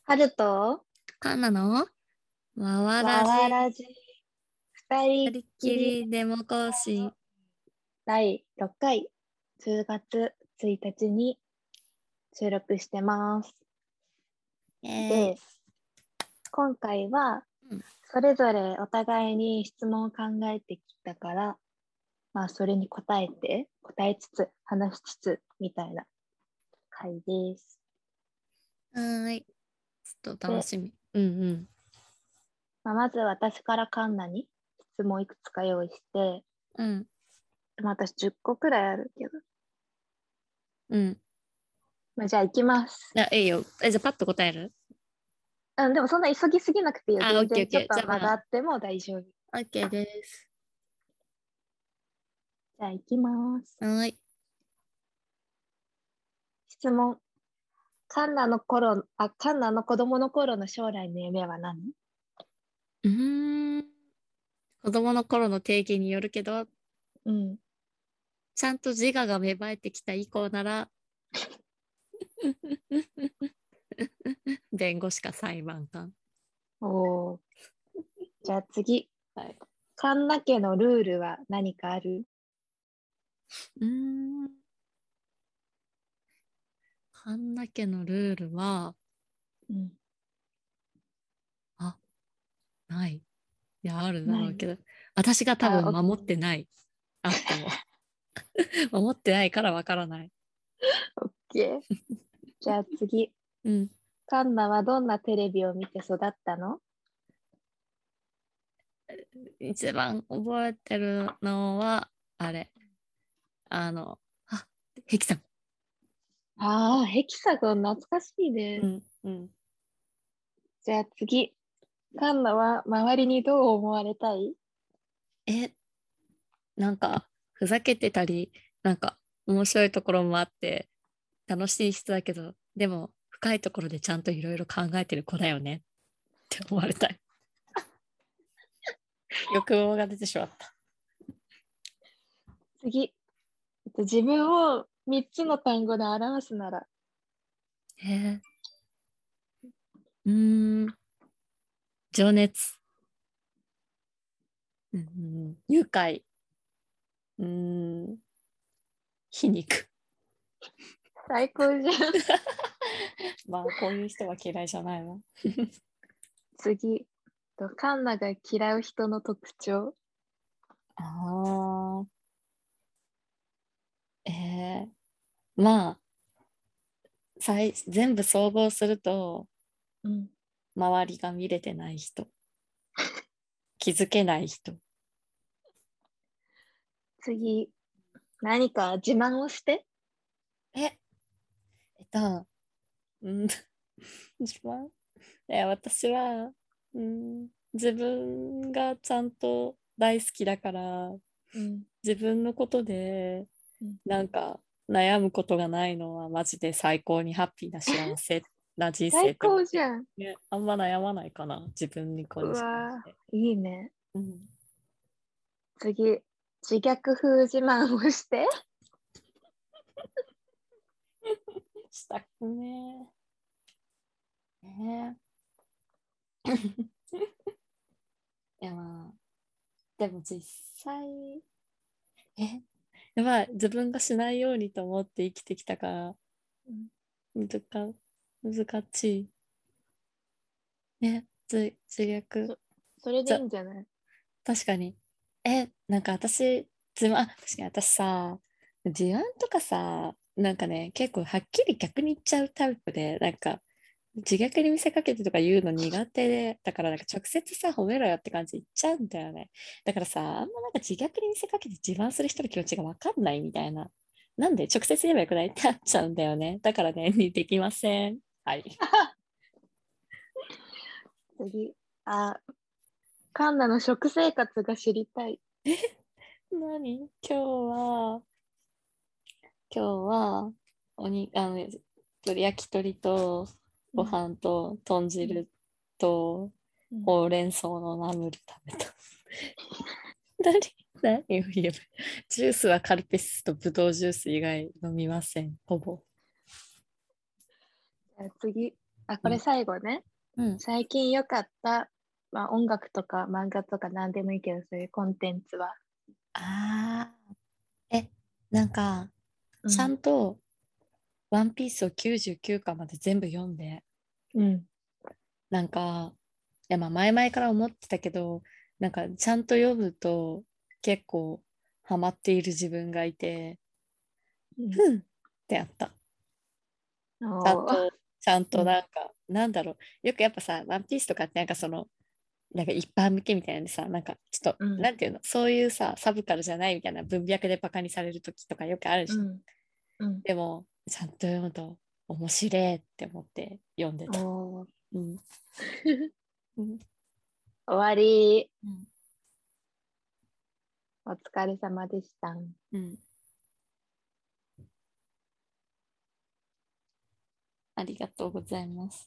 春とカンナのわらわわらじじ二人二人っききりりデモ行進。 第6回10月1日に収録してます。で、 えーい。 今回はうん。 それぞれお互いに質問を考えてきたから、それに答えつつ、話しつつみたいな回です。 はーい。ちょっと楽で、 しみ。うんうん。 まず私からカンナに質問いくつか用意して、 うん。 私10個くらいあるけど、 うん。 じゃあ行きます。 いいよ。じゃあパッと答える？ うん、でもそんな急ぎすぎなくていいよ。 オッ全然ちょっケーオッケー。じゃあと間があまっても大丈夫。じオッケーです。 ゃあ行きます。 はーい。 質問。カンナの子供の頃の将来の夢は何？ うーん。子供の頃の定義によるけど、 うん。 ちゃんと自我が芽生えてきた以降なら、弁護士か裁判官。 おー。じゃあ次。 はい。 カンナ家のルールは何かある？ うーん。カンナ家のルールは、 うん。 あ、ない。いや、あるだない。 ろうけど、私が多あ、 分守ってない。あっても。守ってないからわからない。 オッケー。じゃあ次。 うん。 カンナはどんなテレビを見て育ったの？ 一番覚えてるのは、あれ。ヘキさん。 ヘキサゴン懐かしいね。 うん、うん。 じゃあ次。カンナは周りにどう思われたい？ え、なんか、ふざけてたり、なんか、面白いところもあって、楽しい人だけど、でも、深いところでちゃんといろいろ考えてる子だよねって思われたい。欲望が出てしまった。 次。自分を3つの単語で表すなら？ へえ。うーん。情熱。うん、愉快。うーん。皮肉。 最高じゃん。 まあ、こういう人は嫌いじゃないわ。 次。カンナが嫌う人の特徴。 ああ、えまあ、全部総合すると、 うん。 周りが見れてない人、気づけない人。 次。何か自慢をして。 え、えっと、うん、一番私は、うん、自分がちゃんと大好きだから、 うん。 自分のことで、 うん。 なんか悩むことがないのはマジで最高にハッピーな幸せな人生最って思ってる。 高じゃん。 ね、あんま悩まないかな、自分にう関しわて。 ー、いいね。 うん。 次。自虐風自慢をして。 したくねえ。いやまあ、でも実際、え、自分がしないようにと思って生きてきたから、 うん。 難、難しい。ね、自虐。 そ、それでいいじゃ、 んじゃない？ 確かに。なんか私、確かに私さ、自慢とかさ、なんかね、結構はっきり逆に言っちゃうタイプで、なんか、自虐に見せかけてとか言うの苦手で、だからなんか直接さ、褒めろよって感じで言っちゃうんだよね。だからさ、あんまなんか自虐に見せかけて自慢する人の気持ちがわかんないみたいな。なんで直接言えばよくないってなっちゃうんだよね。だからね、できません。はい。 次。カンナの食生活が知りたい。 は、今日は、おに、あの、焼き鳥と、ごうん。 飯と、豚うん。 汁と、 うん。 ほうれん草のナムル食べた。何何を言えば。ジュースはカルピスとブドウジュース以外飲みません。ほぼ。 じゃあ次。 あ、これ最後ね。 うん。 最近良かった、まあ、音楽とか漫画とか何でもいいけど、そういうコンテンツは。 ああ。なんか、ちゃうん。 んと、ワンピースを99巻まで全部読んで、 うん。 なんか、いやまあ前々から思ってたけど、なんかちゃんと読むと結構ハマっている自分がいて、 うん。 ふんってやった。ちゃんおー。 と、ちゃんうん。 となんか、なんだろう。よくやっぱさ、ワンピースとかってなんかその、なんか一般向けみたいなんでさ、なんかちょっと、 うん。 なんていうの、そういうさ、サブカルじゃないみたいな文脈でバカにされる時とかよくあるし、 うん。うん。 でも、ちゃんと読むと面白いって思って読んでた。 おー。 うん。うん。 終わり。 うん。 お疲れ様でした。 うん。ありがとうございます。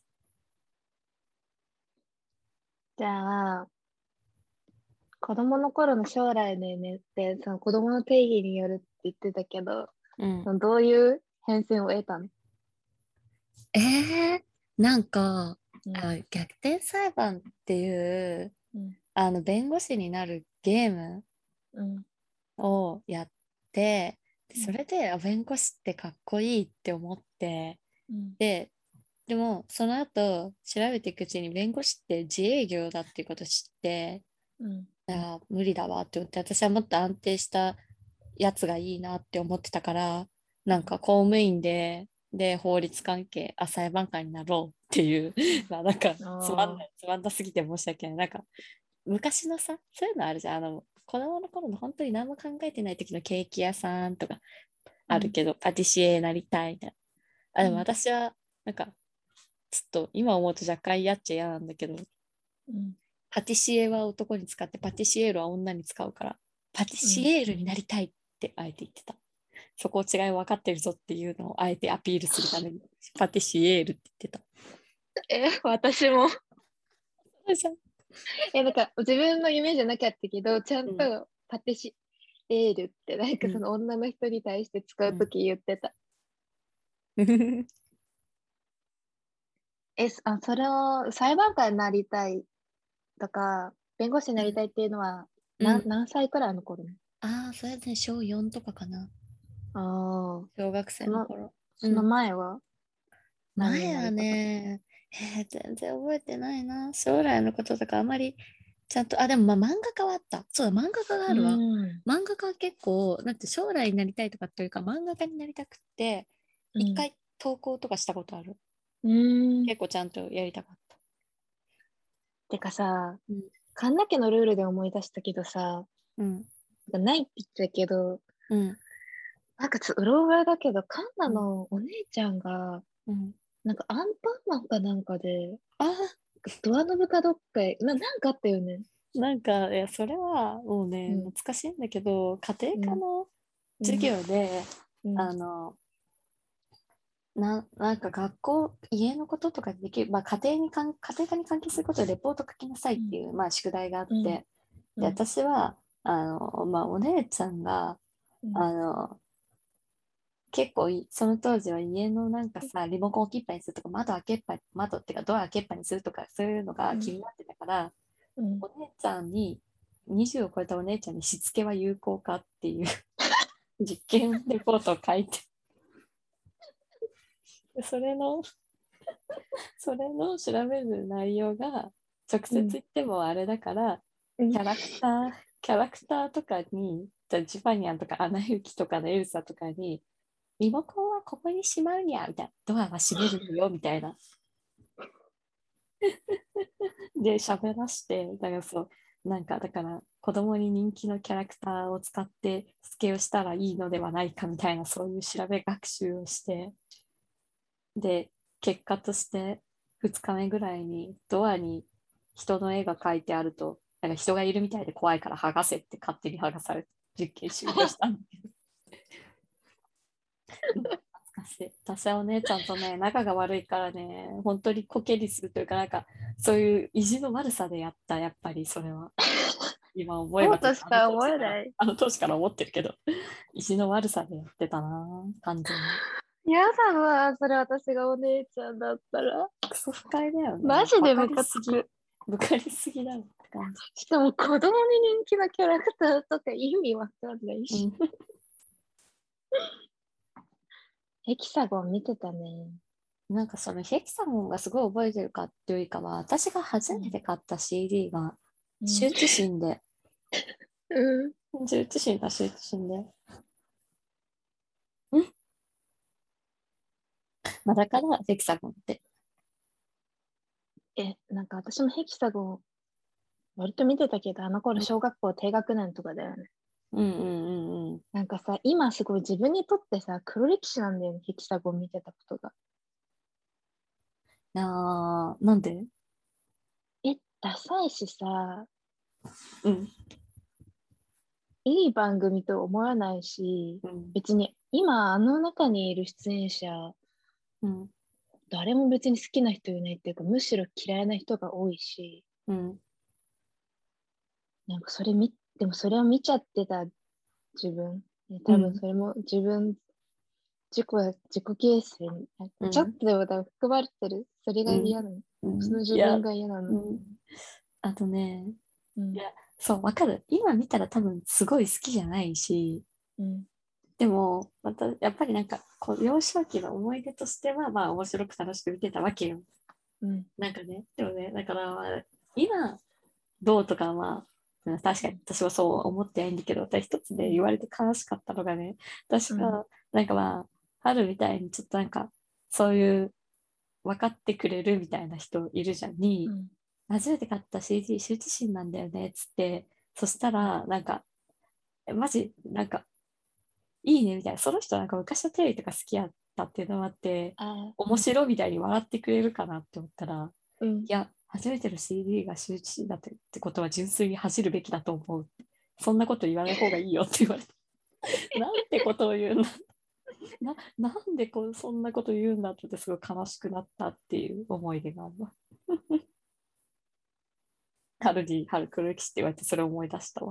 じゃあ、子供の頃の将来の夢って、その子供の定義によるって言ってたけど、 うん。 そのどういう変遷を得たの？ えなんか、 うん。 逆転裁判っていう、 うん。 弁護士になるゲームうん。 をやって、でうん。 それで、弁護士ってかっこいいって思って、 うん。 で、でも、その後、調べていくうちに弁護士って自営業だっていうことを知って、 うん。 無理だわって思って、私はもっと安定したやつがいいなって思ってたから、なんか公務員で、法律関係、裁判官になろうっていう、まあなんかああ。 つまんなすぎて申し訳ない。なんか昔のさ、そういうのあるじゃん。子供の頃の本当に何も考えてない時のケーキ屋さんとかうん。 あるけど、パティシエになりたいみたいな。でもうん。 私は、なんか、ちょっと今思うと若干嫌っちゃ嫌なんだけど、 うん。 パティシエは男に使って、パティシエールは女に使うから、パティうん。 シエールになりたいってあえて言ってた。そこ違い分かってるぞっていうのをあえてアピールするために、パティシエールって言ってた。 私も。 そうじゃん。 なんか自分の夢じゃなかったけど、ちゃんうん。 とパティシエールって、なんかそうん。 の女の人に対して使うん。 うとき言ってた。それを裁判官になりたいとか、弁護士になりたいっていうのは、 うん。 何歳くらいの頃？ それで小4とかかな。 ああ、 小学生その、 の頃。うそのん。 前は何に前はなりたかった？ ね、全然覚えてないな。将来のこととかあまりちゃんと、でもまあ漫画家はあった。そうだ、漫画家がうあるわ。 ん、 漫画家は結構、なんて将来になりたいとかっていうか、漫画家になりたくって、 うん、 一回投稿とかしたことある。 うん。 結構ちゃんとやりたかった。 てかさ、 うん。 神田家のルールで思い出したけどさ、 うん。 ないって言ってたけど、 うん。 なんかちょっとうろ覚えだけど、カンナうん。 のお姉ちゃんが、 うん。 なんかアンパンマンかなんかで、 あドアノブかどっかへ、なんかあったよね。 なんか、いや、それはもうね、 うん、 懐かしいんだけど、家庭うん、 科の授うん、 業で、 うん、 あの、なんか学校、家のこととかできる、まあ家庭科に関係することでレポート書きなさいうん、 っていう、まあ宿題があっうん、 て、で、 うん、 私は、まあお姉ちゃんが、 うん、 あの、結構その当時は家のなんかさ、リモコンを置きっぱにするとか、窓っていうかドア開けっぱにするとか、そういうのがうん、 気になってたから、 うん。 お姉ちゃんに、20を超えたお姉ちゃんにしつけは有効かっていう実験レポートを書いて、でそれの調べる内容が、直接言ってもあれだから、 うん。 キャラクターとかに、じゃあジバニャンとかアナ雪とかのエルサとかに、リモコンはここにしまうにゃ、みたいな。ドアは閉めるのよ、みたいな。で、喋らして、だからそう、なんか、だから、子供に人気のキャラクターを使ってしつけをしたらいいのではないかみたいな、そういう調べ学習をして、で、結果として2日目ぐらいにドアに人の絵が描いてあると、なんか人がいるみたいで怖いから剥がせって勝手に剥がされて実験終了したんだけど。懐かしい。私はお姉ちゃんとね、仲が悪いからね、本当にコケにするというか、なんか、そういう意地の悪さでやった、やっぱりそれは。今思えそうばというか、 としか思えない。 あの当時から思ってるけど、意地の悪さでやってたな、完全に。 やだわ、それ私がお姉ちゃんだったら。 クソ不快だよね。 マジでムカつバカりすぎ。 く。 バカりすぎだろって感じ。 しかも子供に人気なキャラクターとか意味わかんないし。ヘキサゴン見てたね。 なんかそのヘキサゴンがすごい覚えてるかっていうよりかは、私が初めて買った CD がうん。 羞恥心で、 うん。 羞恥心だ、羞恥心で。まあだからヘキサゴンって。 なんか私もヘキサゴン割と見てたけど、あの頃小学校低学年とかだよね。 うんうんうんうん。 なんかさ、今すごい自分にとってさ、黒歴史なんだよね、ヘキサゴン見てたことが。 なんで？ ダサいしさ、 うん。 いい番組と思わないし、 うん。 別に今あの中にいる出演者、 うん。 誰も別に好きな人いないっていうか、むしろ嫌いな人が多いし、 うん。 なんかでもそれを見ちゃってた自分、多分うん。 それも自己形成に、ちょっうん。 とでも多分含まれてる。それがうん。 嫌なの。 うん。 その自いや、 分が嫌なの。 うん。あとね、 うん。 いや、そう、わかる。今見たら多分すごい好きじゃないし、 うん。 でも、また、やっぱりなんか、こう、幼少期の思い出としては、まあ、面白く楽しく見てたわけよ。 うん。 なんかね、でもね、だから、まあ今、どうとか、まあ、確かに私はそう思ってないんだけど、私一つで言われて悲しかったのがね、確うん。 か、なんかまあ、春みたいにちょっとなんか、そういう分かってくれるみたいな人いるじゃんに、 うん。 初めて買った CD 羞恥心なんだよね、つって、そしたら、なんか、マジ、なんか、いいねみたいな、その人なんか昔のテレビとか好きやったっていうのもあって、 ああ、 面白いみたいに笑ってくれるかなって思ったら、 うん。 いや、初めての CD が羞恥心だってことは純粋に恥じるべきだと思う。そんなこと言わない方がいいよって言われて。なんてことを言うんだ。なんでそんなこと言うんだってすごい悲しくなったっていう思い出があるわ。春黒歴史って言われてそれを思い出したわ。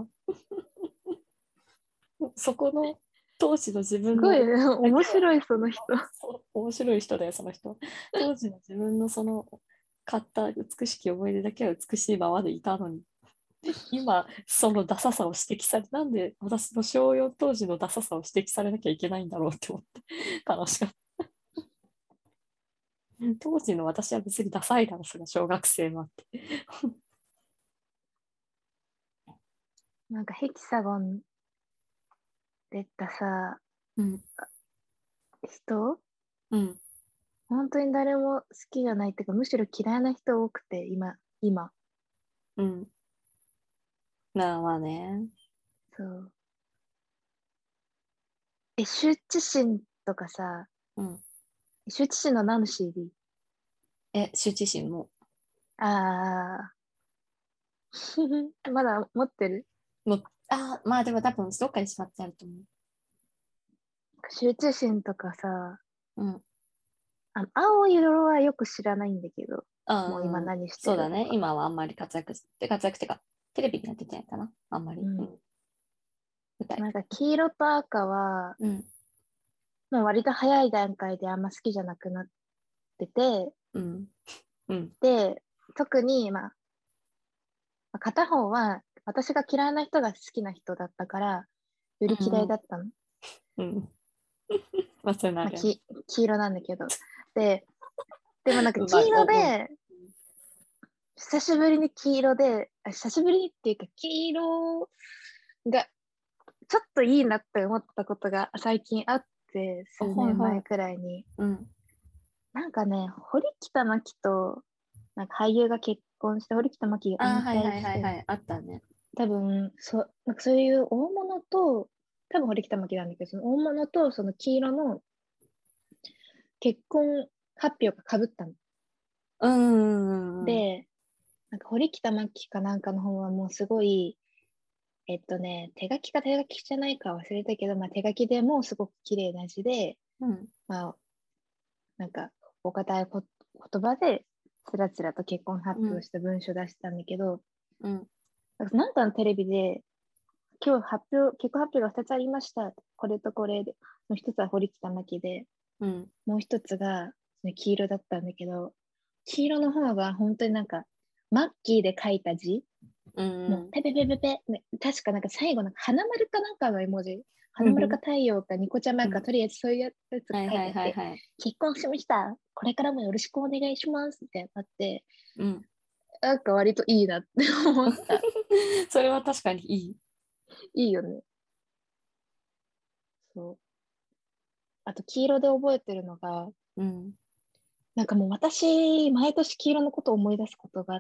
そこの当時の自分のすごいね、 だけは、 面白い、その人。 そう面白い人だよ、その人。当時の自分のその買った美しき思い出だけは美しいままでいたのに、今、そのダサさを指摘され、なんで私の小4当時のダサさを指摘されなきゃいけないんだろうって思って悲しかった。当時の私は別にダサいだろ、それ小学生はって。 なんかヘキサゴン出たさ、 うん、 人うん、 本当に誰も好きじゃないっていうか、むしろ嫌いな人多くて、今。 うん。まあね。 そう。羞恥心とかさ、 うん。 羞恥心の何の CD？ 羞恥心も。 ああ、まだ持ってる？ まあでも多分どっかにしまってあると思う。 羞恥心とかさ、 うん。 青い色はよく知らないんだけど、もう今うん、 何してそうだね。 るとか。 今はあんまり活躍ってか、テレビになってないかな。あんまり。 うん。 うん。舞台。 なんか黄色と赤は、 うん、 もう割と早い段階であんま好きじゃなくなってて、 うん、うん、 で、特に、片方は私が嫌いな人が好きな人だったから、より嫌いうん、 だったの。 うん。まあそうなまあ、 るよね。 黄色なんだけど。で、でもなんか黄まあ、うん。 色で、久しぶりに黄色で、久しぶりにっていうか黄色がちょっといいなって思ったことが最近あって、数年前はいはい。 くらいに。 うん。 なんかね、堀北真希と、なんか俳優が結婚して、堀北真希が引はいは退して、 いはいはい。あったね。 多分、なんかそういう大物と、多分堀北真希なんだけど、その大物とその黄色の結婚発表が被ったの。 うん。うん。 で、なんか堀北真希かなんかの方はもうすごい、手書きか手書きじゃないか忘れたけど、まあ、手書きでもすごく綺麗な字で、 うん。 まあ、なんか、お堅い言葉で、つらつらと結婚発うん。 表した文章出したんだけど、 うん。 なんかのテレビで、今日結婚発表が2つありました。これとこれで。の一つは堀北真希で、 うんもう一つが黄色だったんだけど、黄色の方が本当になんか、マッキーで書いた字、もうペペペペペ、ね、確かなんか最後なんか花丸かなんかの絵文字、花丸か太陽かニコちゃんマークか、とりあえずそういうやつが書いてあって、結婚しました。これからもよろしくお願いしますってなって、なんか割といいなって思った。 それは確かにいい。 いいよね。そう。あと黄色で覚えてるのが、なんかもう私、毎年黄色のことを思い出すことがあって、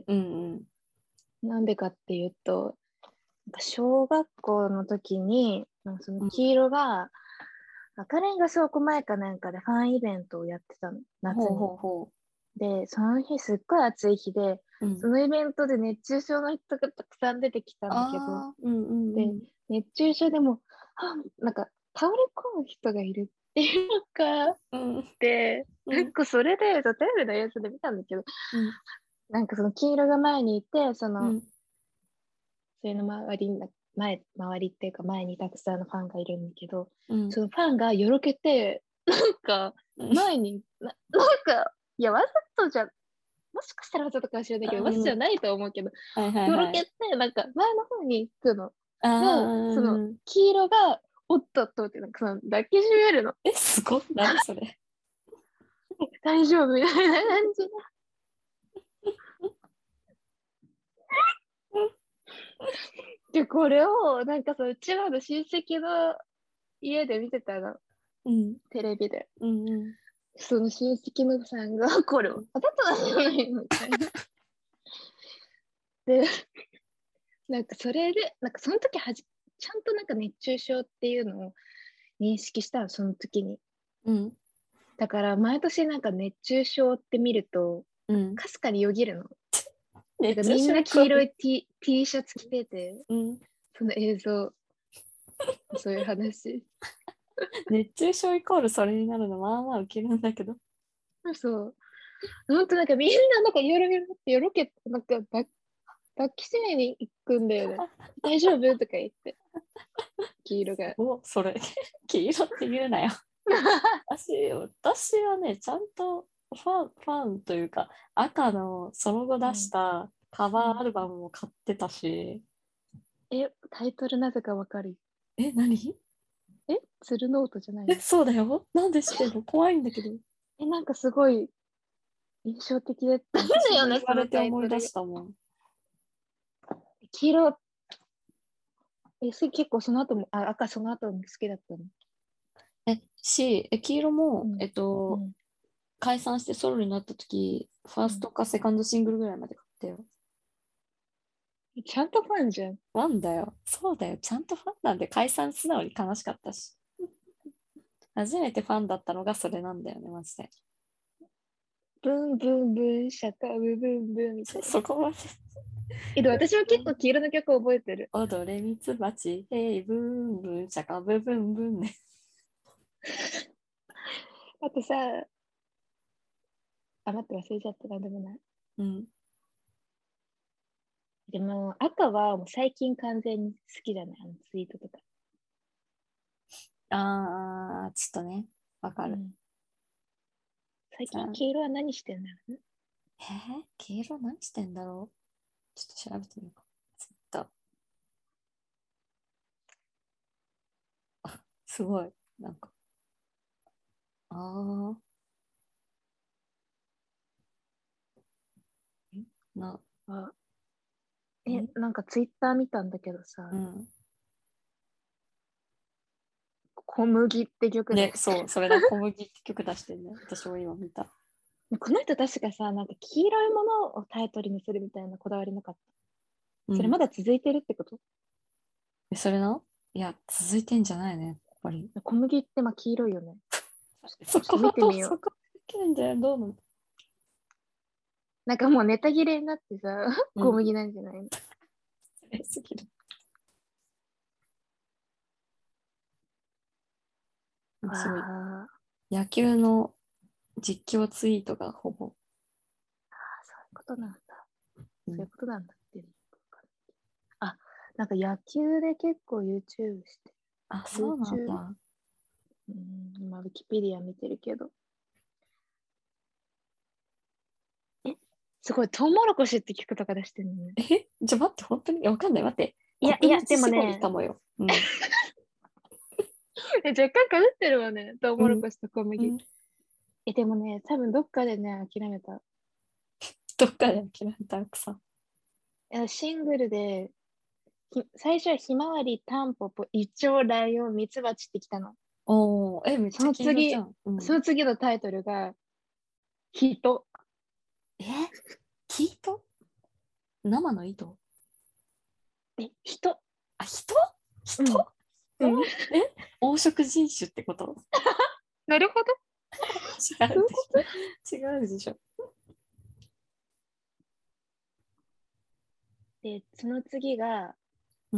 なんでかっていうと、なんか小学校の時に、その黄色が、赤レンガ倉庫前かなんかでファンイベントをやってたの、夏に。で、その日すっごい暑い日で、そのイベントで熱中症の人がたくさん出てきたんだけど、で、熱中症でも、なんか倒れ込む人がいるっていうのが、で、なんかそれで、テレビの映像で見たんだけど、なんかその黄色が前にいて、そのれの周りに、周りっていうか前にたくさんのファンがいるんだけど、そのファンがよろけて、なんか前に、なんか、いや、わざとじゃ、もしかしたらわざとかもしれないけど、わざとじゃないと思うけど、よろけて、なんか前の方に行くの。で、その黄色が、おっとっとって、なんかその抱きしめるの。 すごい。何それ。 大丈夫みたいな感じで、これを、なんかうちらの親戚の家で見てたの。テレビで。その親戚のさんが、これ、わざとなんじゃないのみたいな。で、なんかそれで、なんかその時ちゃんとなんか熱中症っていうのを認識したの、その時に。だから毎年なんか熱中症って見ると、かすかによぎるの。なんかみんな黄色い T シャツ着てて、その映像、そういう話。 熱中症イコールそれになるのまあまあウケるんだけど。 そう。ほんとなんかみんななんかよろよろけて、なんか抱きしめに行くんだよね。大丈夫とか言って。黄色が。 それ、黄色って言うなよ。私はね、ちゃんとファンというか、赤のその後出したカバーアルバムも買ってたし。 タイトルなぜかわかる？ 何？ 鶴ノートじゃないの？ そうだよ。なんで知ってんの？怖いんだけど。 なんかすごい印象的だったんだよね、 言われて思い出そのタイトルが。 したもん。 黄色、結構その後も、赤その後も好きだったの？ 黄色も、 うん解散してソロになった時、ファーストかセカンドシングルぐらいまで買ったよ。 ちゃんとファンじゃん。 ファンだよ。そうだよ。ちゃんとファンなんで解散素直に悲しかったし。初めてファンだったのがそれなんだよね、マジで。 ブンブンブン、シャカブブンブンみたいな。 そこまで。 でも私は結構黄色の曲覚えてる。 踊れミツバチ、ヘイブンブン、シャカブブンブンね。 あとさ、待って忘れちゃったな、でもない。でも赤はもう最近完全に好きじゃない？ツイートとか。 ちょっとね、わかる。 最近黄色は何してんだろうね。 黄色何してんだろう。ちょっと調べてみようか。ずっと。すごい。なんか。 なんかツイッター見たんだけどさ、小麦って曲ね、そう、それだ、小麦って曲出してんね。私も今見た。 この人確かさ、なんか黄色いものをタイトルにするみたいなこだわりなかった？それまだ続いてるってこと？ それいや、続いてんじゃないね、やっぱり。 小麦って黄色いよね。 そこ見てみよう。 そこ見てんどうなの？ なんかもうネタ切れになってさ、小麦なんじゃないの？ 失礼すぎる。野球の実況ツイートがほぼ。 そういうことなんだ。そういうことなんだっていう。なんか野球で結構 YouTube して。 そうなんだ。 今、ウィキペディア見てるけど。すごい、トウモロコシって曲とか出してるのね。 じゃ待って、本当にわかんない。待って。 いや、でもすごいね、 かもよ。うん。 若干かぶってるわね、トウモロコシと小麦。 うん、 でもね、多分どっかでね、諦めた。 どっかで諦めた草。 シングルで、最初はひまわり、タンポポ、イチョウ、ライオン、ミツバチってきたの。 おー、めっそちゃ黄色じゃの次、 ん。うん、 その次のタイトルが、人。 え聞いた生の糸人。 あ、人うん。 人うん。 黄色人種ってことなるほど。 違うでしそういうこょ。違うでしょ。 とで、その次が、 うん。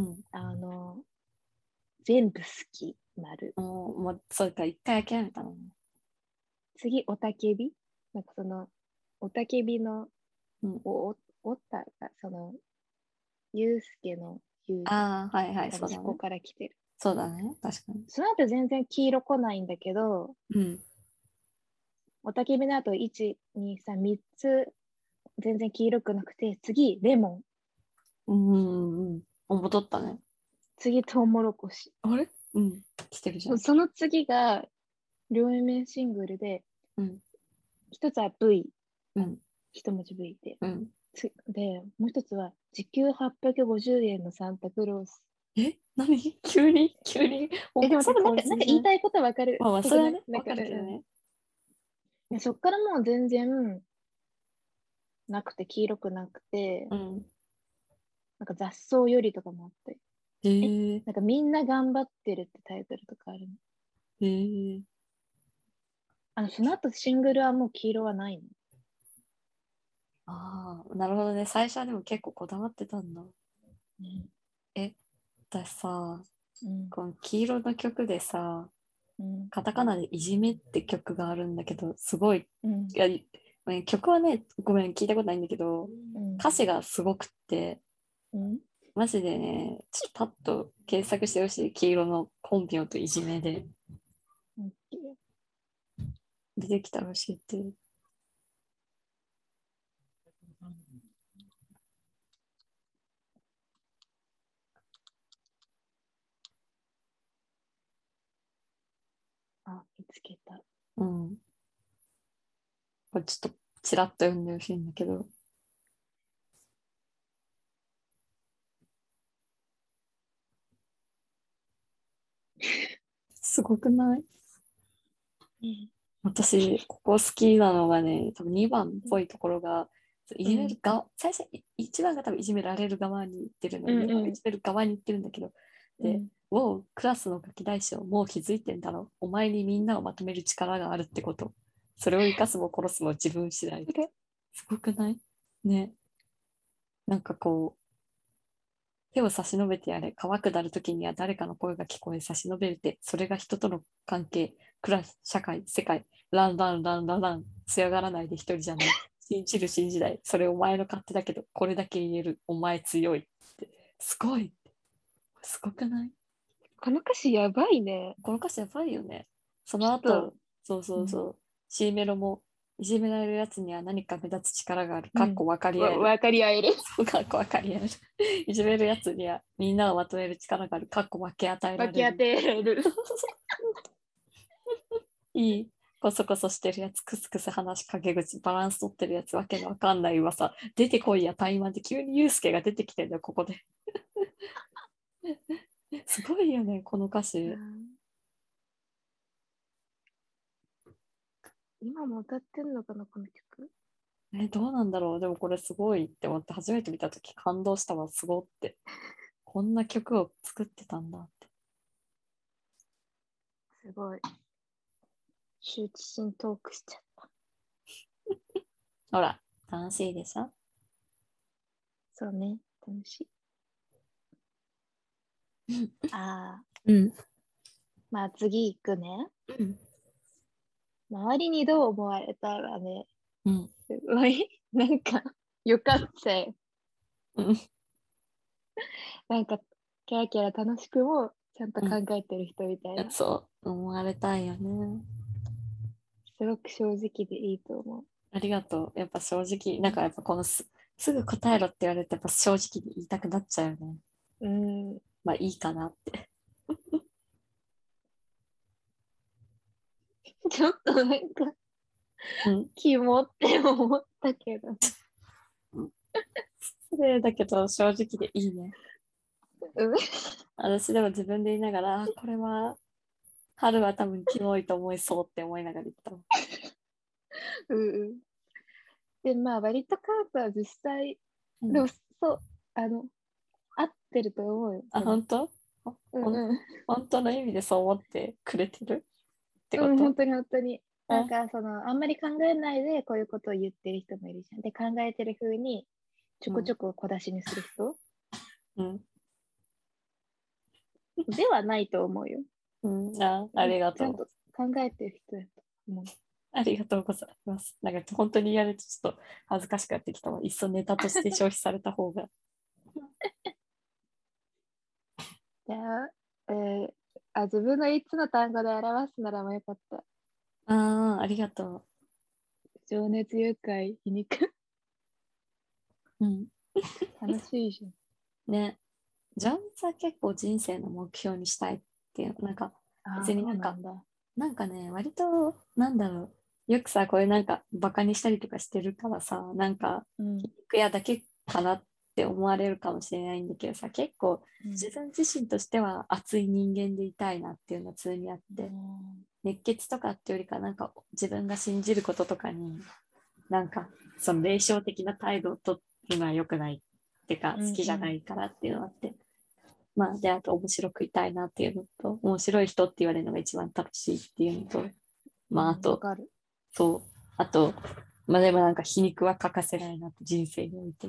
全部好き、丸。 もう、そうか、一回諦めたのね。 次、おたけび。なんかおたけびの、 うん。 おったが、ゆうすけのゆうで、 ああ、はいはい、 多分そこそうだね。 から来てる。 そうだね。確かに。 その後全然黄色来ないんだけど、 うん。 おたけびの後1、2、3、3つ全然黄色くなくて、次、レモン。 うんうんうん。戻ったね。 次、トウモロコシ。 あれうん。来てるじゃん。 その次が、両 A 面シングルで、 うん。 一つは V、 うん。 一文字 V で。 うん。 で、もう一つは、時給850円のサンタクロース。 何急にでも待って、 それもなんか言いたいことわかるまあまあ、 っぽくない？ それはね、わかるけどね。 そっからもう全然なくて、黄色くなくて、 うん。 なんか雑草よりとかもあって。 ええなんかみんな頑張ってるってタイトルとかあるの。 ええその後シングルはもう黄色はないの。 ああ、なるほどね。最初はでも結構こだわってたんだ。 うん。 え、私さ、 うん。 この黄色の曲でさ、 うん。 カタカナでいじめって曲があるんだけど、すごい、 うん。 いや、ごめん曲はね、ごめん、聞いたことないんだけど、 うん。 歌詞がすごくって、 うん。 マジでね、ちょっとパッと検索してほしい。黄色の本名といじめでうん。 出てきたら教えて。 見つけた。 うん。これちょっとちらっと読んでほしいんだけど、すごくないうん。 私、ここ好きなのがね、多分2番っぽいところが、いうん。 じめる側、最初、1番が多分いじめられる側に行ってるのに、 うん。 2番がいじめる側に行ってるんだけど、で、 うん。 クラスのガキ大将、もう気づいてんだろ。お前にみんなをまとめる力があるってこと。それを生かすも殺すも自分次第って。すごくないね。なんかこう、手を差し伸べてやれ。乾くなるときには誰かの声が聞こえ差し伸べるて。それが人との関係、暮らし、社会、世界。ランランランランラン。強がらないで一人じゃない。信じる信じない。それお前の勝手だけど、これだけ言える。お前強い。って。すごい。すごくないこの歌詞やばいね。 この歌詞やばいよね。そのちょっと、 後、そううん。 そうそう。C メロも、いじめられるやつには何か目立つ力がある。かっこうん。 分かり合える。 わかり合える。 そうかっこ分かり合える。いじめるやつにはみんなをまとめる力がある。かっこ分け与えら分け当れる。 てる。 いい。こそこそしてるやつ、クスクス話しかけ口、バランス取ってるやつ、わけのわかんない噂。出てこいや、タイマンで急にユうスケが出てきてんだよ、ここで。すごいよね、この歌詞。 今も歌ってんのかな、この曲。 どうなんだろう。でもこれすごいって思って、初めて見たとき感動したわ、すごって。こんな曲を作ってたんだって。 すごい。羞恥心トークしちゃった。 ほら、楽しいでしょそうね、楽しい。ああ、 うん。 まあ次行くね。 うん。 周りにどう思われたらね、 うん。 すごい、なんか、よかったよ。 うん。 なんか、キャラキャラ楽しくもちゃんと考えてる人みたいな。 そう思われたいよね。 すごく正直でいいと思う。 ありがとう。やっぱ正直、なんかやっぱすぐ答えろって言われて、やっぱ正直に言いたくなっちゃうよね。 うん。 まあいいかなって。 ちょっとなんか、 うん。 キモって思ったけど。 失礼だけど正直でいいね。 うん。 私でも自分で言いながら、これは、春は多分キモいと思いそうって思いながら言ったわ。 うん。で、まあ、割とカープは実際、 うん、 でも、そう、合ってると思うよ。 あ、本当ほほんうんうん。 本当の意味でそう思ってくれてるってこうん、本と？ 当に本当に。なんあ、 か、あんまり考えないでこういうことを言ってる人もいるじゃん。で、考えてる風にちょうん、 こちょこ小出しにする人うん、 ではないと思うよ。 うん、ありがとう。 ちゃんと考えてる人だと思う。 ありがとうございます。なんか本当に言われるとちょっと恥ずかしくなってきたわ。いっそネタとして消費された方が。 じゃあ、自分の3つの単語で表すならもよかった。 ああ、ありがと情熱、愉快、皮肉。 う。うん。 楽しいじゃん。 ね。ジャンプは結構人生の目標にしたいっていう、なんかああ、そう別になんだ。 なんかね、割と、なんだろう。よくさ、これなんかバカにしたりとかしてるからさ、なんか、 うん。 皮肉屋だけかなって思われるかもしれないんだけどさ、結構うん。 自分自身としては熱い人間でいたいなっていうのは常にあっうて、 ん。 熱血とかってよりか、なんか自分が信じることとかに、なんか、その霊障的な態度を取るのは良くないってか、 うん。 好きじゃなうん。 いからっていうのがあって、まあ、で、あと面白くいたいなっていうのと、面白い人って言われるのが一番楽しいっていうのと、まあ、あうん、わと、 かる。 そう、あと、まあでもなんか皮肉は欠かせないなって人生において。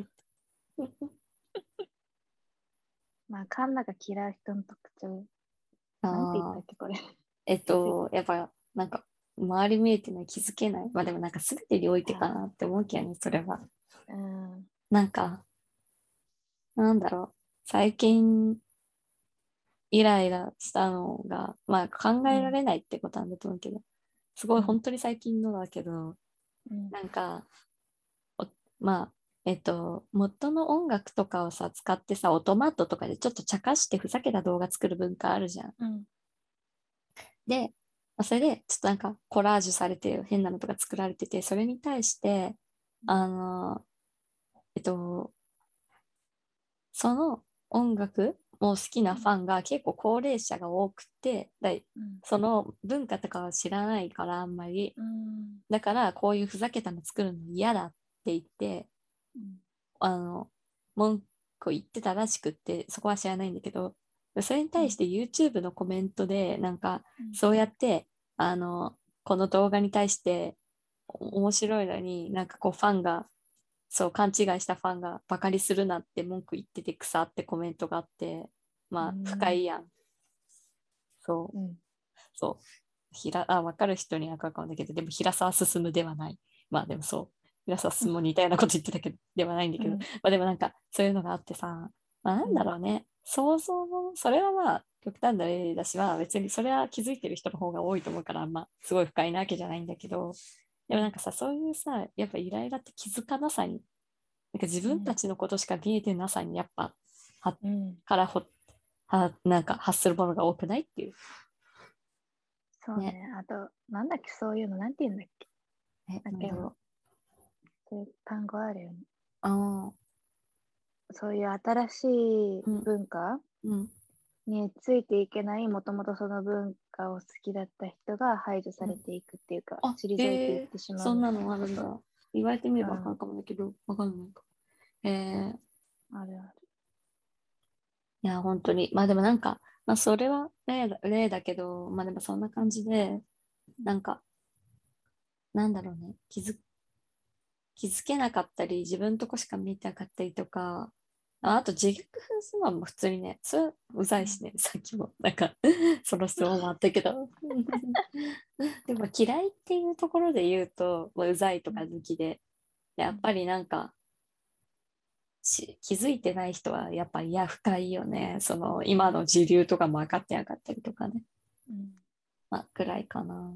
まあ、カンナが嫌う人の特徴。なんて言ったああ、 っけ、これ。忘れた。 やっぱ、なんか、周り見えてない、気づけない。まあでもなんか全てにおいてかなあって思うけどね、それは。 あ、うん。 なんか、なんだろう。最近、イライラしたのが、まあ考えらうん。 れないってことなんだと思うけど、すごいうん。 本当に最近のだけど、 うん。 なんか、おまあ、元の音楽とかをさ、使ってさ、オトマットとかでちょっと茶化してふざけた動画作る文化あるじゃん。 うん。 で、まあそれで、ちょっとなんかコラージュされて変なのとか作られてて、それに対して、あの、えっと、その音楽も好きなファンが結構高齢者が多くて、 うん。 その文化とかは知らないからあんまり。 うん。 だからこういうふざけたの作るの嫌だって言って、 うん。 あの、文句を言ってたらしくって、そこは知らないんだけど、それにうん。 対して YouTube のコメントで、なんか、 うん。 そうやって、この動画に対して面白いのに、なんかこうファンが、そう勘違いしたファンがバカにするなって文句言ってて草ってコメントがあって、 うまあ、深ん。 いやん。そう、 うん。 そう。わかる人にはわかるんだけど、でも平沢進ではない。まあでもそう。平沢進も似たようなこと言ってたけど、ではないんだけど、まうん。 あでもなんか、そういうのがあってさ、まあなんだうん。 ろうね。想像の、それはまあ、極端な例だし、まあ別にそれは気づいてる人の方が多いと思うから、まあ、すごい不快なわけじゃないんだけど、でもなんかさ、そういうさ、やっぱイライラって気づかなさに、なんか自分たちのことしか見えてなさに、やっぱ、は、 うん。 からほ、は、なんか発するものが多くないっていう。ね。 そうね。あと、なんだっけ、そういうの、なんて言うんだっけ。なんか今、 なんだろそういう単語あるよね。 う。ああ、 そういう新しいうん、 文化うん。 についていけない、もともとその文化を好きだった人が排除さうん。 れていくっていうか、 あ、 退いていっへえ、 てしまうみたいそんなのなこと。 あるんだ。言われてみれうん。 ばわかるかもだけど、わかんないか。 あるある。 いや、本当に。まあでもなんか、まあそれは例だけど、まあでもそんな感うん。 じで、 うん。 なんか、なんだろうね。気づけなかったり、自分とこしか見てなかったりとか、あと自虐風スマンも普通にね、それうざうん。 いしね、さっきも、なんかその質問もあったけど。でも嫌いっていうところで言うと、まあうざいとかうん。 好きで、やうん。 っぱりなんか、 気づいてない人はやっぱいや深いよね。その今の時流とかも分かってなかったりとかね。まあ、くらいかな。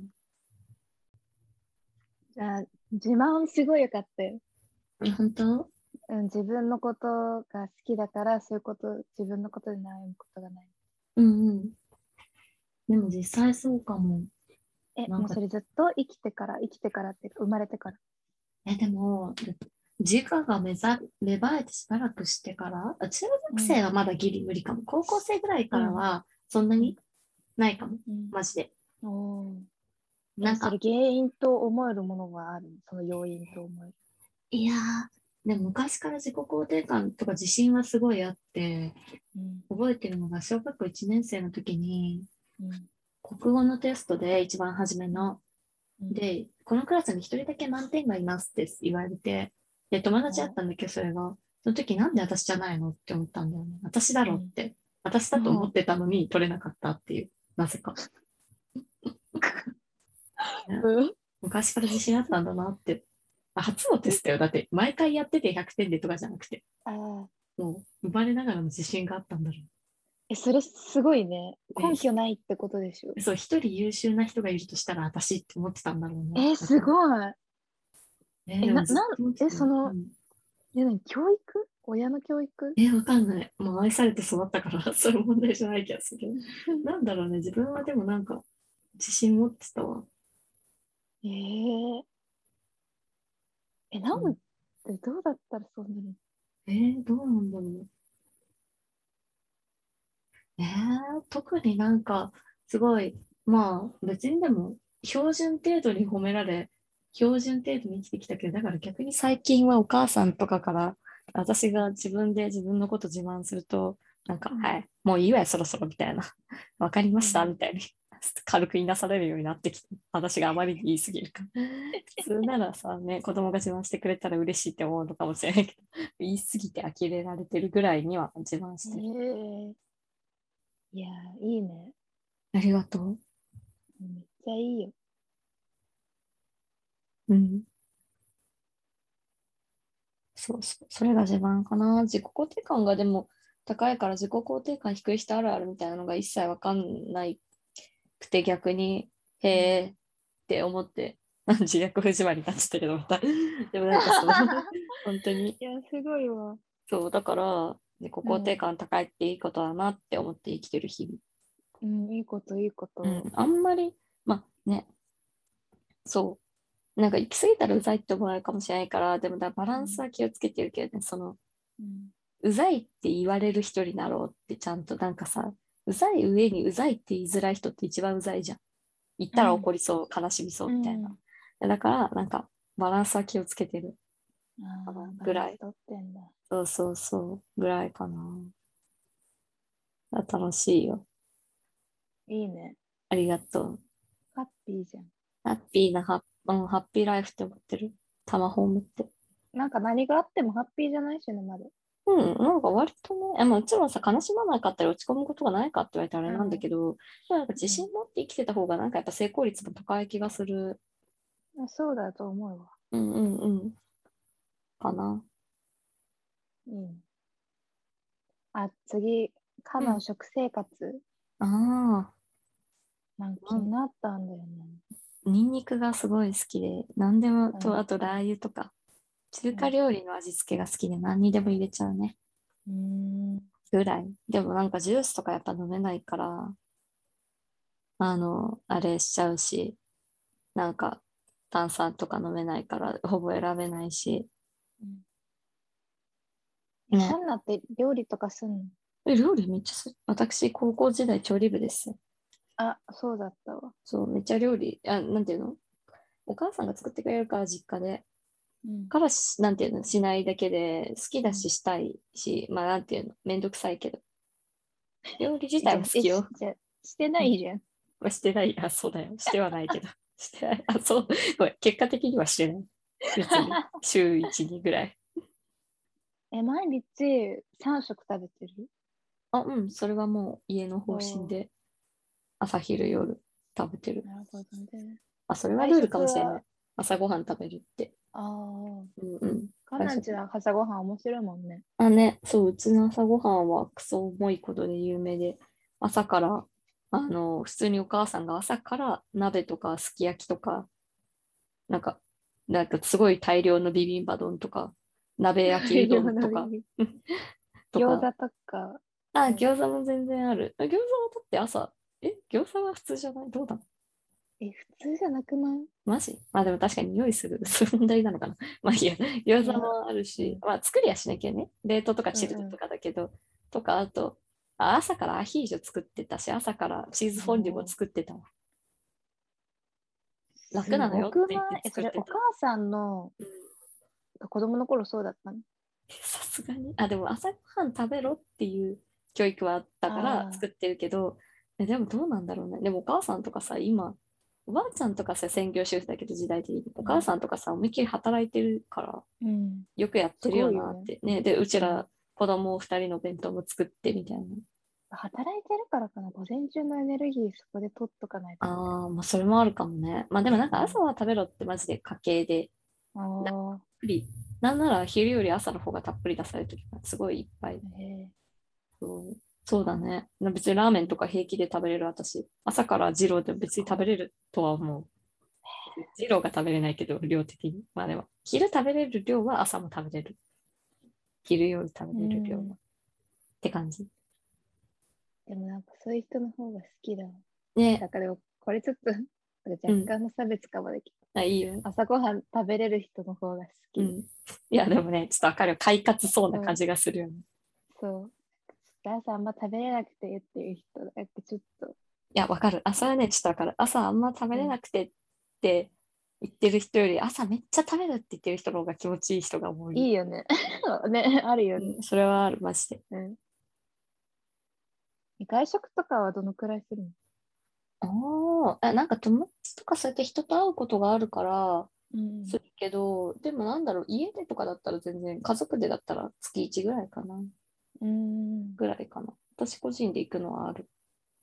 じゃあ、自慢すごいよかったよ。 本当？ 自分のことが好きだから、そういうこと、自分のことで悩むことがない。 うんうん。でも実際そうかも。なんか、 もうそれずっと生きてからっていうか、生まれてから。 でも、自我が芽生えてしばらくしてから、中学生はまだギリ無理かも。高校生ぐらいからはそんなにないかも。マジで。 おー。それなんか、 原因と思えるものがある？その要因と思える。 いやでも昔から自己肯定感とか自信はすごいあって、覚えてるのが小学校1年生の時に、国語のテストで一番初めの、で、このクラスに一人だけ満点がいますって言われて、で、友達だったんだけど、それが、その時なんで私じゃないのって思ったんだよね。私だろって。私だと思ってたのに取れなかったっていう、なぜか。ね、昔から自信あったんだなって。初のテストよ。だって毎回やってて100点でとかじゃなくて、もう生まれながらの自信があったんだろそれすごいね。 う。 根拠ないってことでしょ。 そう、一人優秀な人がいるとしたら私って思ってたんだろうね。だすから、 ごい。 でもずっと思ってたよ。うん。 何教育？親の教育？ わかんない。もう愛されて育ったから、そういう問題じゃない気がする。なんだろうね。自分はでもなんか、自信持ってたわ。 えー、なうん、 んでどうだったらそうなる？ どうなんだろう。特になんか、すごい、まあ、別にでも、標準程度に褒められ、標準程度に生きてきたけど、だから逆に最近はお母さんとかから、私が自分で自分のこと自慢すると、なんか、はい、もういいわよ、そろそろ、みたいな。わかりました、みたいに、軽く言いなされるようになってきて、私があまりに言い過ぎるから。普通ならさ、ね、子供が自慢してくれたら嬉しいって思うのかもしれないけど、言い過ぎて呆れられてるぐらいには自慢してる。 いやー、いいね。 ありがとう。 めっちゃいいよ。 うん。そうそう。それが自慢かな。自己肯定感がでも高いから自己肯定感低い人あるあるみたいなのが一切わかんないくて逆に、へーって思って、自虐藤原になっちゃったけど、また。でもなんかその、本当に、 いや、すごいわ。 そう、だから自己肯定感高いっていいことだなって思って生きてる日々。 いいこと、いいこうん、 と。 あんまり、まあね、そう。なんか行き過ぎたらうざいって思われるかもしれないから、でもバランスは気をつけてるけどね、その、うざいって言われる人になろうってちゃんとなんかさ、うざい上にうざいって言いづらい人って一番うざいじゃん。言ったら怒りそう、悲しみそうみたいな。だから、なんか、バランスは気をつけてるかな、 バぐらい。 ランス取ってんだ。 そうそうそう、ぐらいかな。楽しいよ。 いいね。 ありがとう。 ハッピーじゃん。 ハッピーなハッピーライフって思ってる。タマホームって。 なんか何があってもハッピーじゃないしね、まだ。 うん、なんか割とね、まあ、もちろんさ、悲しまなかったり落ち込むことがないかって言われたらあれなんだけど、まあなんか自信持って生きてた方がなんかやっぱ成功率も高い気がする。 そうだと思うわ。 うんうんうん。かな。 次、かうん。 の食生活、 あなんかあ、 気になったんだよね。 ニンニクがすごい好きで、何でもと、 うん。 あとラー油とか、中華うん。 料理の味付けが好きで何にでも入れちゃうね。 うーん。 ぐらい。でもなんかジュースとかやっぱ飲めないから、あれしちゃうし、なんか炭酸とか飲めないからほぼ選べないし。ね。 カンナって料理とかすんの？ 料理めっちゃ私、高校時代調理部ですよ。 そうだったわ。 そう、めっちゃ料理、なんていうの、お母さんが作ってくれるから実家で。 うん。 からなんていうの、しないだけで、好きだししたいし、まあなんていうの、めんどくさいけど。料理自体じゃあ、 は好きよ。 じゃあしてなうん。 いじゃん。 まあ、してない。そうだよ。してはないけど。してない。そう。ごめん。結果的にはしてない。別に。週1、2ぐらい。 毎日3食食べてる？ うん。それはもう家の方針おー、 で、朝昼夜食べてる。 なるほどね。 それはル外ールか食は、 もしれない。 朝ごはん食べるって。 ああ。 うんうん。 かなちは朝ごはん面白いもんね。 あね、そう、うちの朝ごはんはクソ重いことで有名で、朝から、普通にお母さんが朝から鍋とかすき焼きとか、なんか、なんかすごい大量のビビンバ丼とか、鍋焼きうどんとか、とか、 餃子とか。 あ、 うん、 餃子も全然ある。餃子はだって朝、餃子は普通じゃないどうだ普通じゃなくない？ マジまあでも確かに匂いする。そういう問題なのかな。まあいいや、餃いや、 子もあるし、 うん、 まあ作りはしなきゃね。冷凍とかうんうチルドとかだけど、とか、あと、朝からアヒージョ作ってたし、朝からチーズん。 フォンデュも作ってたわ。楽すなのよっごくない？ て言ってそれお母作ってた。 さんのうん子供の頃そうだったの？ さすがに。あ、でも朝ごはん食べろっていう教育はあったからああ、 作ってるけど、でもどうなんだろうね。でもお母さんとかさ、今、おばあちゃんとかさ、専業主婦だけど時代的に、おうん、 母さんとかさ、思いっきり働いてるから、 うん、 よくやっすてるよごいよね。 なって。ね。で、うちうん。 ら子供二人の弁当も作ってみたいな。 働いてるからかな、午前中のエネルギーそこで取っとかないと。 ああ、まあそれもあるかもね。まあでもなんか朝うん。 は食べろってマジで家計で、 あたっあ、 ぷり。なんなら昼より朝の方がたっぷり出されるときがすごいいっぱい。 ええ、 そうだね。別にラーメンとか平気で食べれる私。朝から二郎で別に食べれるとは思う。二郎が食べれないけど、量的に。まあでも、昼食べれる量は朝も食べれる。昼より食うべれる量は。 ん。 って感じ。 でもなんかそういう人の方が好きだわ。 ね。 だからでもこれちょっとうん。 若干の差別かもできる。 あ、いいよ。 朝ごはん食べれる人の方が好き。 うん。いや、でもね、ちょっとわかるよ。快活そうなそう、 感じがするよね。 そう。朝あんま食べれなくてっていう人、ちょっと、 いや、わかる。朝はね、ちょっとわかる。朝あんま食べうん、 れなくてって言ってる人より、朝めっちゃ食べるって言ってる人の方が気持ちいい人が多い。 いいよね。ね、あるよね。 うん、それはある、マジで。 うん。外食とかはどのくらいするの？ ああ、なんか友達とかそうやって人と会うことがあるから、 うん。 するけど、でもなんだろう、家でとかだったら全然、家族でだったら月1ぐらいかな。 うん。 ぐらいかな。私個人で行くのはある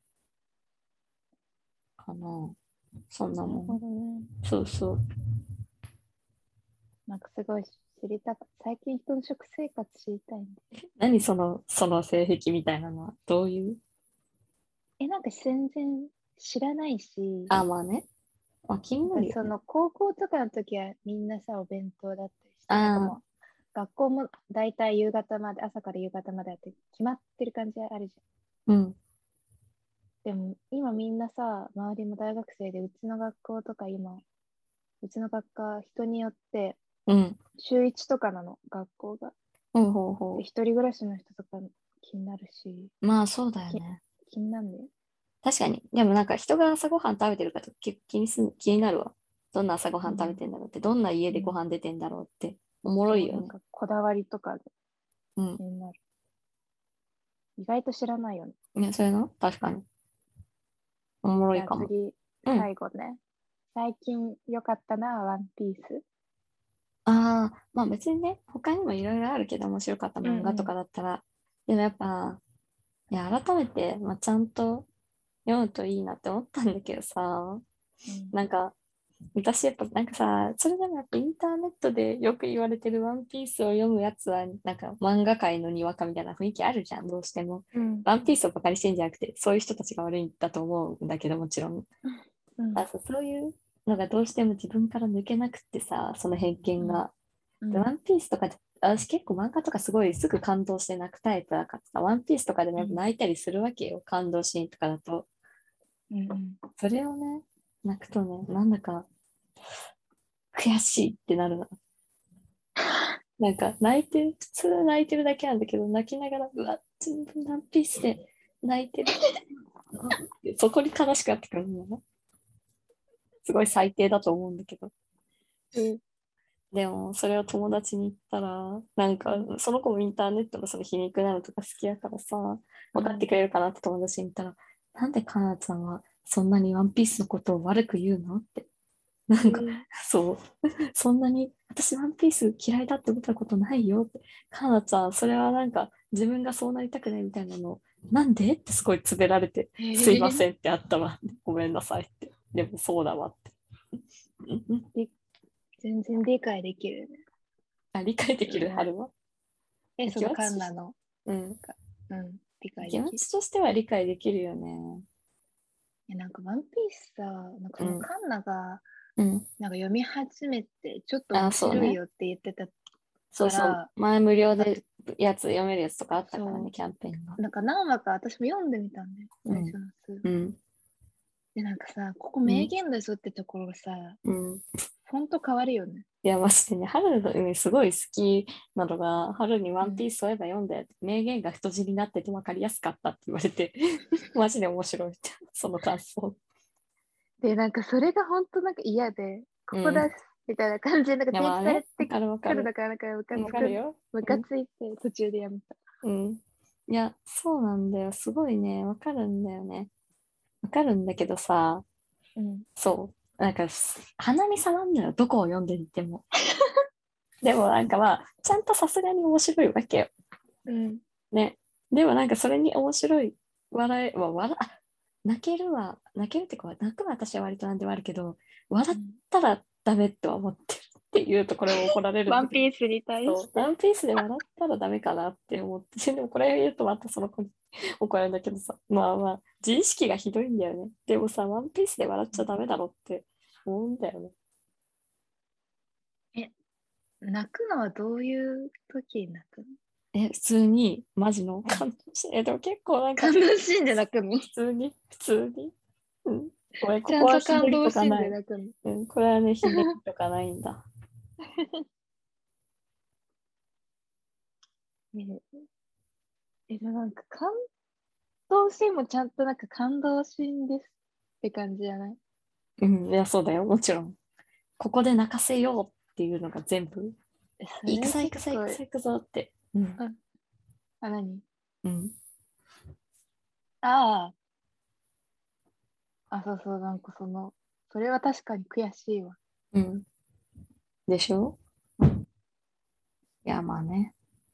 かな。そんななるもん。 ほどね。 そうそう。 なんかすごい知りたかった。最近人の食生活知りたいんで。 何その性癖みたいなのは、どういうなんか全然知らないし、 あ、まあね。まあ気になんなるよね。 かその高校とかの時はみんなさ、お弁当だったりして、なんかああ、 もう学校も大体夕方まで、朝から夕方までやって決まってる感じあるじうん、 ゃん。でも今みんなさ、周りも大学生で、うちの学校とか今、うちの学科人によってうん、 週1とかなの、学校が。 ほうほうで、 ほ一人暮らしの人とか気になるし、 う。まあそうだよきね。 気になるんだよ。 確かに。でもなんか人が朝ごはん食べてるかと結構気になるわ。どんな朝ごはん食べうん。 てんだろうって、どんな家でごうん。 飯出てんだろうって、おもろそう、 いよね。 なんかこだわりとかでうん。 気になる。意外と知らないよね。 ね、そういうの確かに。おもろじいかも。 ゃあ次、 うん。 最後ね。最近良かったな、ワンピース。 ああ、まあ別にね、他にもいろいろあるけど面白かったうんうん。 漫画とかだったら、でもやっぱ、いや、改めて、まあ、ちゃんと読むといいなって思ったんだけどさ、 うん。 なんか、私やっぱなんかさ、それでもやっぱインターネットでよく言われてるワンピースを読むやつは、なんか漫画界のにわかみたいな雰囲気あるじゃん、どうしても。 うん。 ワンピースをバカにしてんじゃなくて、そういう人たちが悪いんだと思うんだけど、もちろん。 うん。 そういうのがどうしても自分から抜けなくってさ、その偏うん。 見が。で、 うん。 ワンピースとかで、私結構漫画とかすごいすぐ感動して泣くタイプだからさ、ワンピースとかでもやっぱうん。 泣いたりするわけよ、感動シーンとかだと。 うん。 それをね、泣くとね、なんだか悔しいってなるな。なんか泣いてる、普通泣いてるだけなんだけど、泣きながら、うわ、全部ワンピースで泣いてる。そこに悲しくなってくるのね。すごい最低だと思うんだけど。 うん。 でも、それを友達に言ったら、なんか、 うん。 その子もインターネットのその皮肉なのとか好きやからさ、分かってくれるかなって友達に言ったら、なんでかなちゃんはそんなにワンピースのことを悪く言うのって。なんか、そう、そんなに、私ワンピース嫌いだって思ったことないよって。かなちゃん、それはなんか、自分がそうなりたくないみたいなの、なんでってすごい詰められて、 へすいまえ。 せんってあったわ。ごめんなさいって。でもそうだわって。 びっ全然理解できるね。 あ、理解できる、春は。 そのカンナの、 うん。 理解気持できる。 ちとしては理解できるよね。 なんかワンピースさ、なんかそのカンナが、 うん。 なんか読み始めて、ちょっとあ、 面そうね。 白いよって言ってたそうそう。 から、 前無料なんか、 で読めるやつとかあったからね、 そキャンペーンが。 う、なんか何話か私も読んでみたんだよ、最初の数。 うん。 で、なんかさ、ここ名言ですってところがさ、 うん。 フォント変わるよね。 いや、マジでね、春の海すごい好きなのが、春にワンうん、 ピースそういえば読んで、名言が太字になってて分かりやすかったって言われて、マジで面白いって、その感想。 で、なんかそれが本当なんか嫌で、ここうん。いだし、みたいな感じで、なんかや、 提まあね、 示されてわかるわかる。 くるのか、なんかわかるよ。 ムカついて途中でやめた。 うん。いや、そうなんだよ。すごいね、わかるんだよね。わかるんだけどさ、 うん。 そう。なんか、鼻に触んのよ。どこを読んでいても。でもなんかまあ、ちゃんとさすがに面白いわけよ。 うん。 ね。でもなんかそれに面白い笑いは、泣けるわ。泣けるってか、泣くは私は割となんでもあるけど、笑ったらダメとは思ってるっていうとこれを怒られるんワンだけど、 ピースに対そう、 して。 ワンピースで笑ったらダメかなって思って、でもこれ言うとまたその子に怒られるんだけどさ、まあまあ、自意識がひどいんだよね。でもさ、ワンピースで笑っちゃダメだろって思うんだよね。 え、泣くのはどういう時に泣くの？ 普通に、マジの感動し、でも結構なんか、 感動シーンで泣くの？ 普通に。うん。ごめん、ここちゃんとはひねり感動シーンとかない。 で泣くの？ うん、これはね、ひねりとかないんだ。 でもなんか感動シーンもちゃんとなんか感動シーンですって感じじゃない？ うん、いや、そうだよ、もちろん。ここで泣かせようっていうのが全部、 それ行くぞ行く結構、 ぞ行くぞ行くぞって。うん。 あ、何？ うん。 あそうそう、なんかそれは確かに悔しいわ。 うん。でしょ？いや、まあね。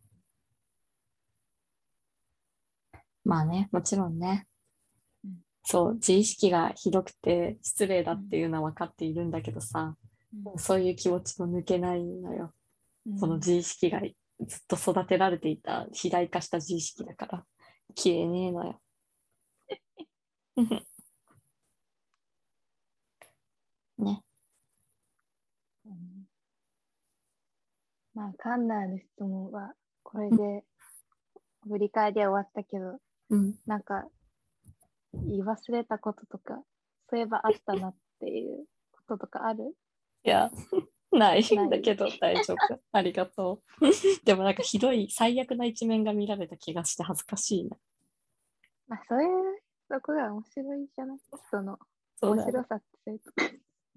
まあね、もちろんね。 うん。 そう、自意識がひどくて失礼だうん。 っていうのは分かっているんだけどさ、 うん。 そういう気持ちも抜けないのよ。そのうん。 自意識がずっと育てられていた肥大化した自意識だから、消えねえのよ。ね。 うんまあ、館内の質問はこれで振り返りは終わったけど、 うん。 なんか言い忘れたこととか、そういえばあったなっていうこととかある？ いや、ないない？ んだけど大丈夫。ありがとう。でもなんかひどい最悪な一面が見られた気がして恥ずかしいな。 まあ、そういうとこが面白いじゃない？人の面そうだね。 白さってそういうとこ。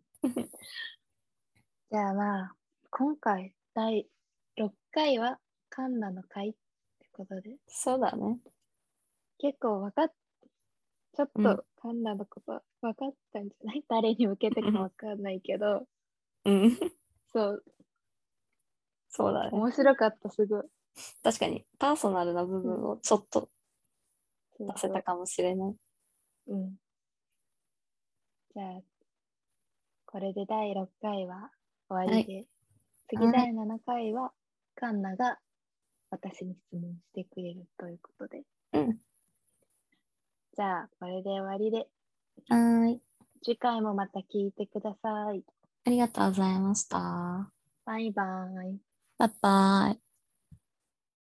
じゃあまあ、今回第6回はカンナの回ってことで、 そうだね。 結構ちょっうん。 とカンナのこと分かったんじゃない？誰に向けてか分かんないけど、 うん。 そう、 そうだね。 面白かった、すごい。 確かにパーソナルな部うん、 分をちょっとそうそ出せたかもしれない。 う。うん。じゃあ、これで第6回は終わはい。 りで、次はい。 第7回はカンナが私に質問してくれるということで。 うん。 じゃあ、これで終わりで、 はい。 次回もまた聞いてください。 ありがとうございました。 バイバイ。 バイバイ。